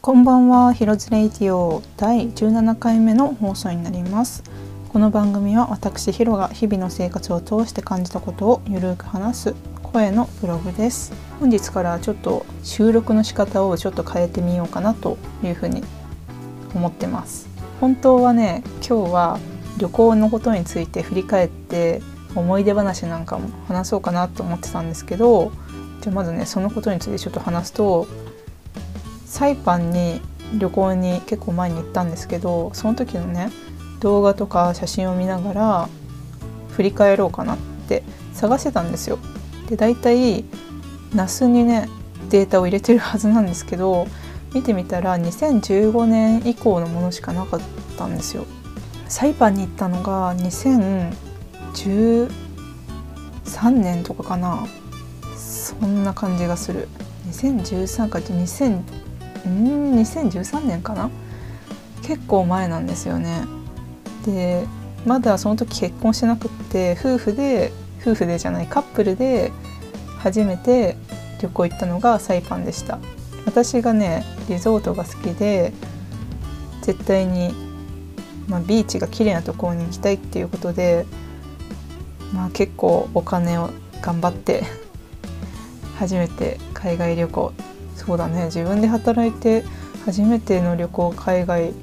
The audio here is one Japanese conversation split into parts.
こんばんは、ヒロズレイディオ第17回目の放送になります。この番組は私ヒロが日々の生活を通して感じたことをゆるく話す声のブログです。本日からちょっと収録の仕方をちょっと変えてみようかなというふうに思ってます。本当はね、今日は旅行のことについて振り返って思い出話なんかも話そうかなと思ってたんですけど、じゃあまずねそのことについてちょっと話すと、サイパンに旅行に結構前に行ったんですけど、その時のね動画とか写真を見ながら振り返ろうかなって探してたんですよ。で、だいたいナスにねデータを入れてるはずなんですけど、見てみたら2015年以降のものしかなかったんですよ。サイパンに行ったのが2013年とかかな、そんな感じがする。2013か2013年かな、結構前なんですよね。で、まだその時結婚してなくって、カップルで初めて旅行行ったのがサイパンでした。私がねリゾートが好きで、絶対に、ビーチが綺麗なところに行きたいっていうことで、結構お金を頑張って初めて海外旅行、そうだね、自分で働いて初めての旅行は海外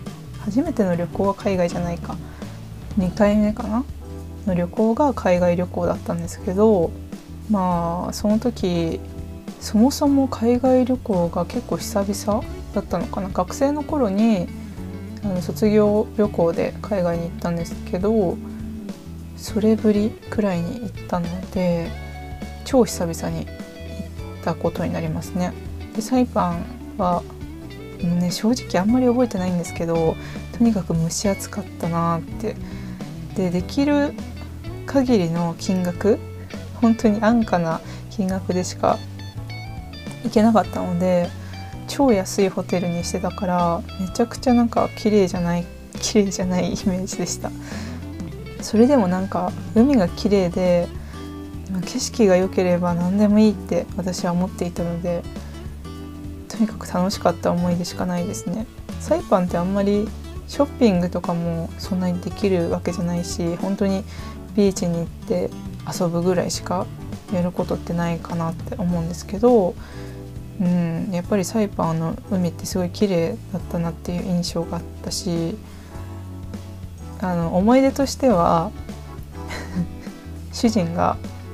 じゃないか、2回目かなの旅行が海外旅行だったんですけど、その時そもそも海外旅行が結構久々だったのかな。学生の頃に卒業旅行で海外に行ったんですけど、それぶりくらいに行ったので超久々に行ったことになりますね。で、サイパンはもうね正直あんまり覚えてないんですけど、とにかく蒸し暑かったなって。できる限りの金額、本当に安価な金額でしか行けなかったので、超安いホテルにしてたからめちゃくちゃ綺麗じゃないイメージでした。それでも海が綺麗で景色が良ければ何でもいいって私は思っていたので、とにかく楽しかった思い出しかないですね。サイパンってあんまりショッピングとかもそんなにできるわけじゃないし、本当にビーチに行って遊ぶぐらいしかやることってないかなって思うんですけど、やっぱりサイパンの海ってすごい綺麗だったなっていう印象があったし、思い出としては主人が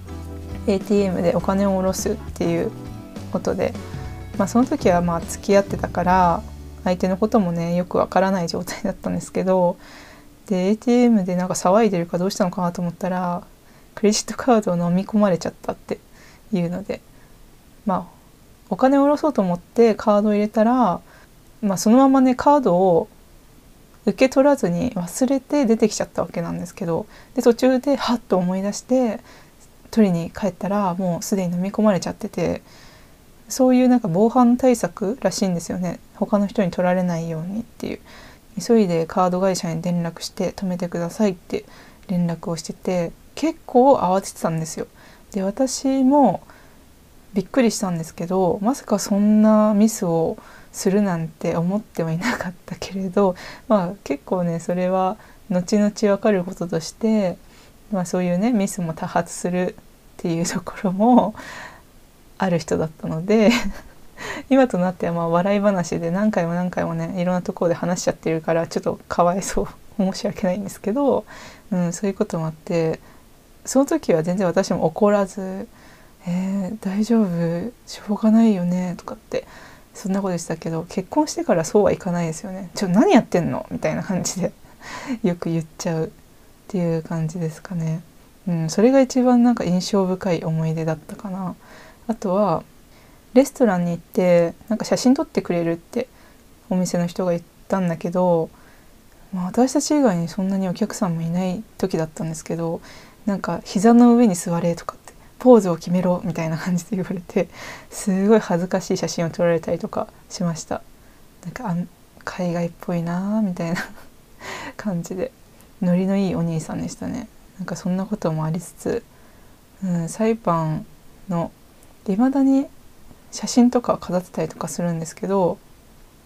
ATM でお金を下ろすっていうことで、その時は付き合ってたから相手のこともねよくわからない状態だったんですけど、で ATM で騒いでるかどうしたのかなと思ったら、クレジットカードを飲み込まれちゃったっていうので、お金を下ろそうと思ってカードを入れたら、そのままねカードを受け取らずに忘れて出てきちゃったわけなんですけど、で途中でハッと思い出して取りに帰ったらもうすでに飲み込まれちゃってて、そういう防犯対策らしいんですよね。他の人に取られないようにっていう。急いでカード会社に連絡して止めてくださいって連絡をしてて、結構慌ててたんですよ。で、私もびっくりしたんですけど、まさかそんなミスをするなんて思ってはいなかったけれど、結構ねそれは後々分かることとして、そういうねミスも多発するっていうところもある人だったので今となっては笑い話で何回もねいろんなところで話しちゃってるからちょっとかわいそう申し訳ないんですけど、そういうこともあって、その時は全然私も怒らず大丈夫しょうがないよねとかってそんなことしたけど、結婚してからそうはいかないですよね。何やってんのみたいな感じでよく言っちゃうっていう感じですかね。それが一番印象深い思い出だったかな。あとはレストランに行って写真撮ってくれるってお店の人が言ったんだけど、私たち以外にそんなにお客さんもいない時だったんですけど、膝の上に座れとかってポーズを決めろみたいな感じで言われて、すごい恥ずかしい写真を撮られたりとかしました。海外っぽいなみたいな感じでノリのいいお兄さんでしたね。そんなこともありつつ、サイパンの未だに写真とか飾ってたりとかするんですけど、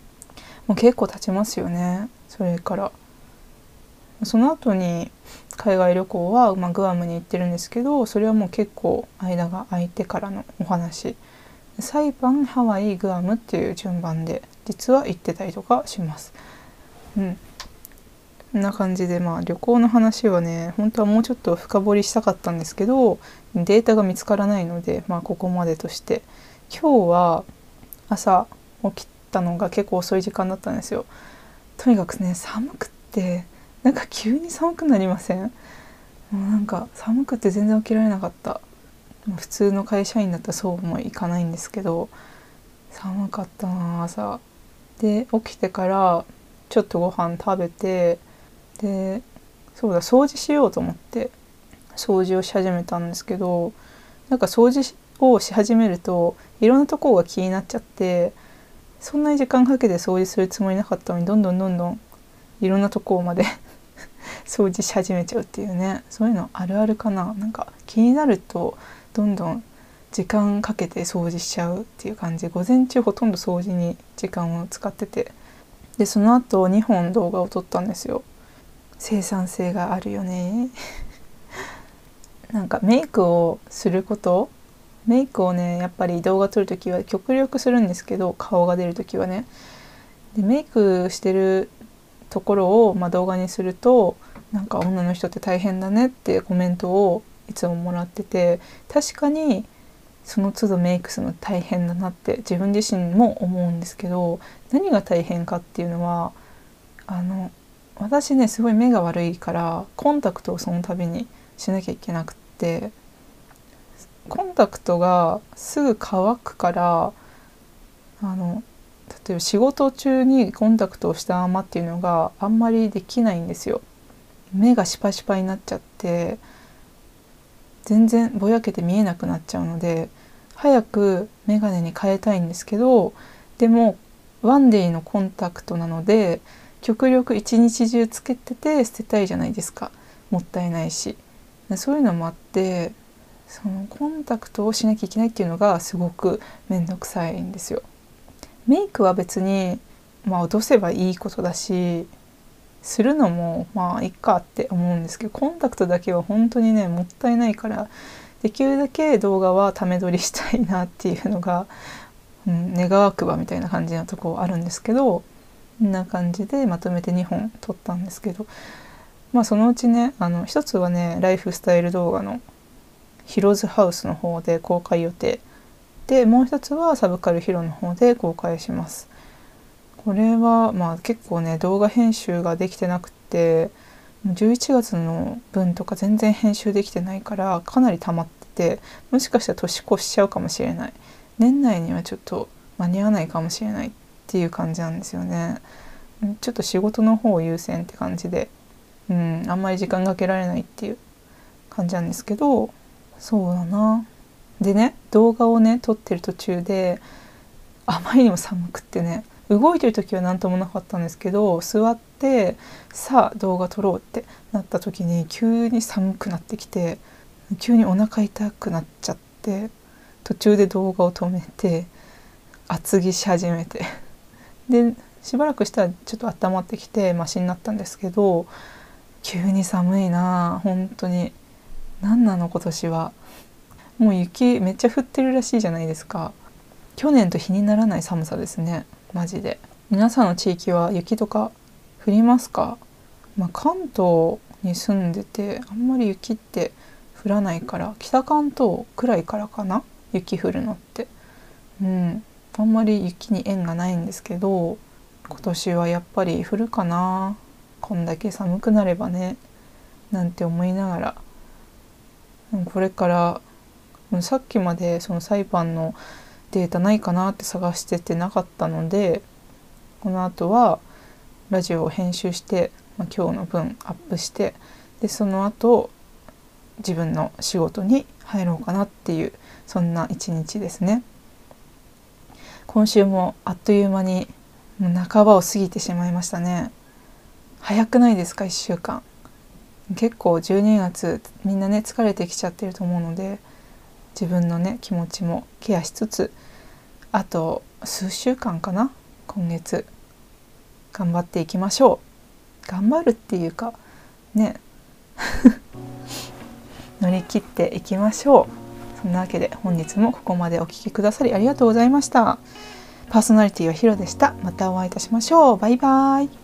もう結構経ちますよね。それからその後に海外旅行は、グアムに行ってるんですけど、それはもう結構間が空いてからのお話。サイパン、ハワイ、グアムっていう順番で実は行ってたりとかします。こんな感じで、旅行の話はね本当はもうちょっと深掘りしたかったんですけど、データが見つからないので、ここまでとして、今日は朝起きたのが結構遅い時間だったんですよ。とにかくね、寒くって、なんか急に寒くなりません？もうなんか寒くて全然起きられなかった。普通の会社員だったらそうもいかないんですけど、寒かったな朝で。起きてからちょっとご飯食べて、でそうだ、掃除しようと思って掃除をし始めたんですけど、なんか掃除をし始めるといろんなところが気になっちゃって、そんなに時間かけて掃除するつもりなかったのに、どんどんいろんなところまで掃除し始めちゃうっていうね。そういうのあるあるかな。なんか気になるとどんどん時間かけて掃除しちゃうっていう感じ。午前中ほとんど掃除に時間を使ってて、でその後2本動画を撮ったんですよ。生産性があるよねなんかメイクをすること、メイクをねやっぱり動画撮るときは極力するんですけど、顔が出るときはね。でメイクしてるところを、動画にすると、なんか女の人って大変だねってコメントをいつももらってて、確かにその都度メイクするの大変だなって自分自身も思うんですけど、何が大変かっていうのは、私ねすごい目が悪いからコンタクトをその度にしなきゃいけなくって、コンタクトがすぐ乾くから、例えば仕事中にコンタクトをしたままっていうのがあんまりできないんですよ。目がシパシパになっちゃって全然ぼやけて見えなくなっちゃうので、早くメガネに変えたいんですけど、でもワンデイのコンタクトなので極力一日中つけてて捨てたいじゃないですか。もったいないし。そういうのもあって、そのコンタクトをしなきゃいけないっていうのがすごくめんどくさいんですよ。メイクは別に落とせばいいことだし、するのもいいかって思うんですけど、コンタクトだけは本当にねもったいないから、できるだけ動画はため撮りしたいなっていうのが、願わくばみたいな感じのとこあるんですけど、こんな感じでまとめて2本撮ったんですけど、そのうちね、一つはねライフスタイル動画のヒロズハウスの方で公開予定で、もう一つはサブカルヒロの方で公開します。これは結構ね動画編集ができてなくて、11月の分とか全然編集できてないからかなり溜まってて、もしかしたら年越しちゃうかもしれない、年内にはちょっと間に合わないかもしれないっていう感じなんですよね。ちょっと仕事の方を優先って感じで、あんまり時間かけられないっていう感じなんですけど、そうだな。でね、動画をね撮ってる途中であまりにも寒くってね、動いてる時は何ともなかったんですけど、座ってさあ動画撮ろうってなった時に急に寒くなってきて、急にお腹痛くなっちゃって、途中で動画を止めて厚着し始めてでしばらくしたらちょっと温まってきてマシになったんですけど、急に寒いな本当に。何なの今年は。もう雪めっちゃ降ってるらしいじゃないですか。去年と比にならない寒さですね、マジで。皆さんの地域は雪とか降りますか？関東に住んでてあんまり雪って降らないから、北関東くらいからかな、雪降るのって。あんまり雪に縁がないんですけど、今年はやっぱり降るかな、こんだけ寒くなればね、なんて思いながら、これからさっきまでそのサイパンのデータないかなって探しててなかったので、この後はラジオを編集して、今日の分アップして、でその後自分の仕事に入ろうかなっていう、そんな一日ですね。今週もあっという間にもう半ばを過ぎてしまいましたね。早くないですか、1週間。結構12月みんなね疲れてきちゃってると思うので、自分のね気持ちもケアしつつ、あと数週間かな、今月頑張っていきましょう。頑張るっていうかね乗り切っていきましょう。そんなわけで本日もここまでお聞きくださりありがとうございました。パーソナリティはヒロでした。またお会いいたしましょう。バイバイ。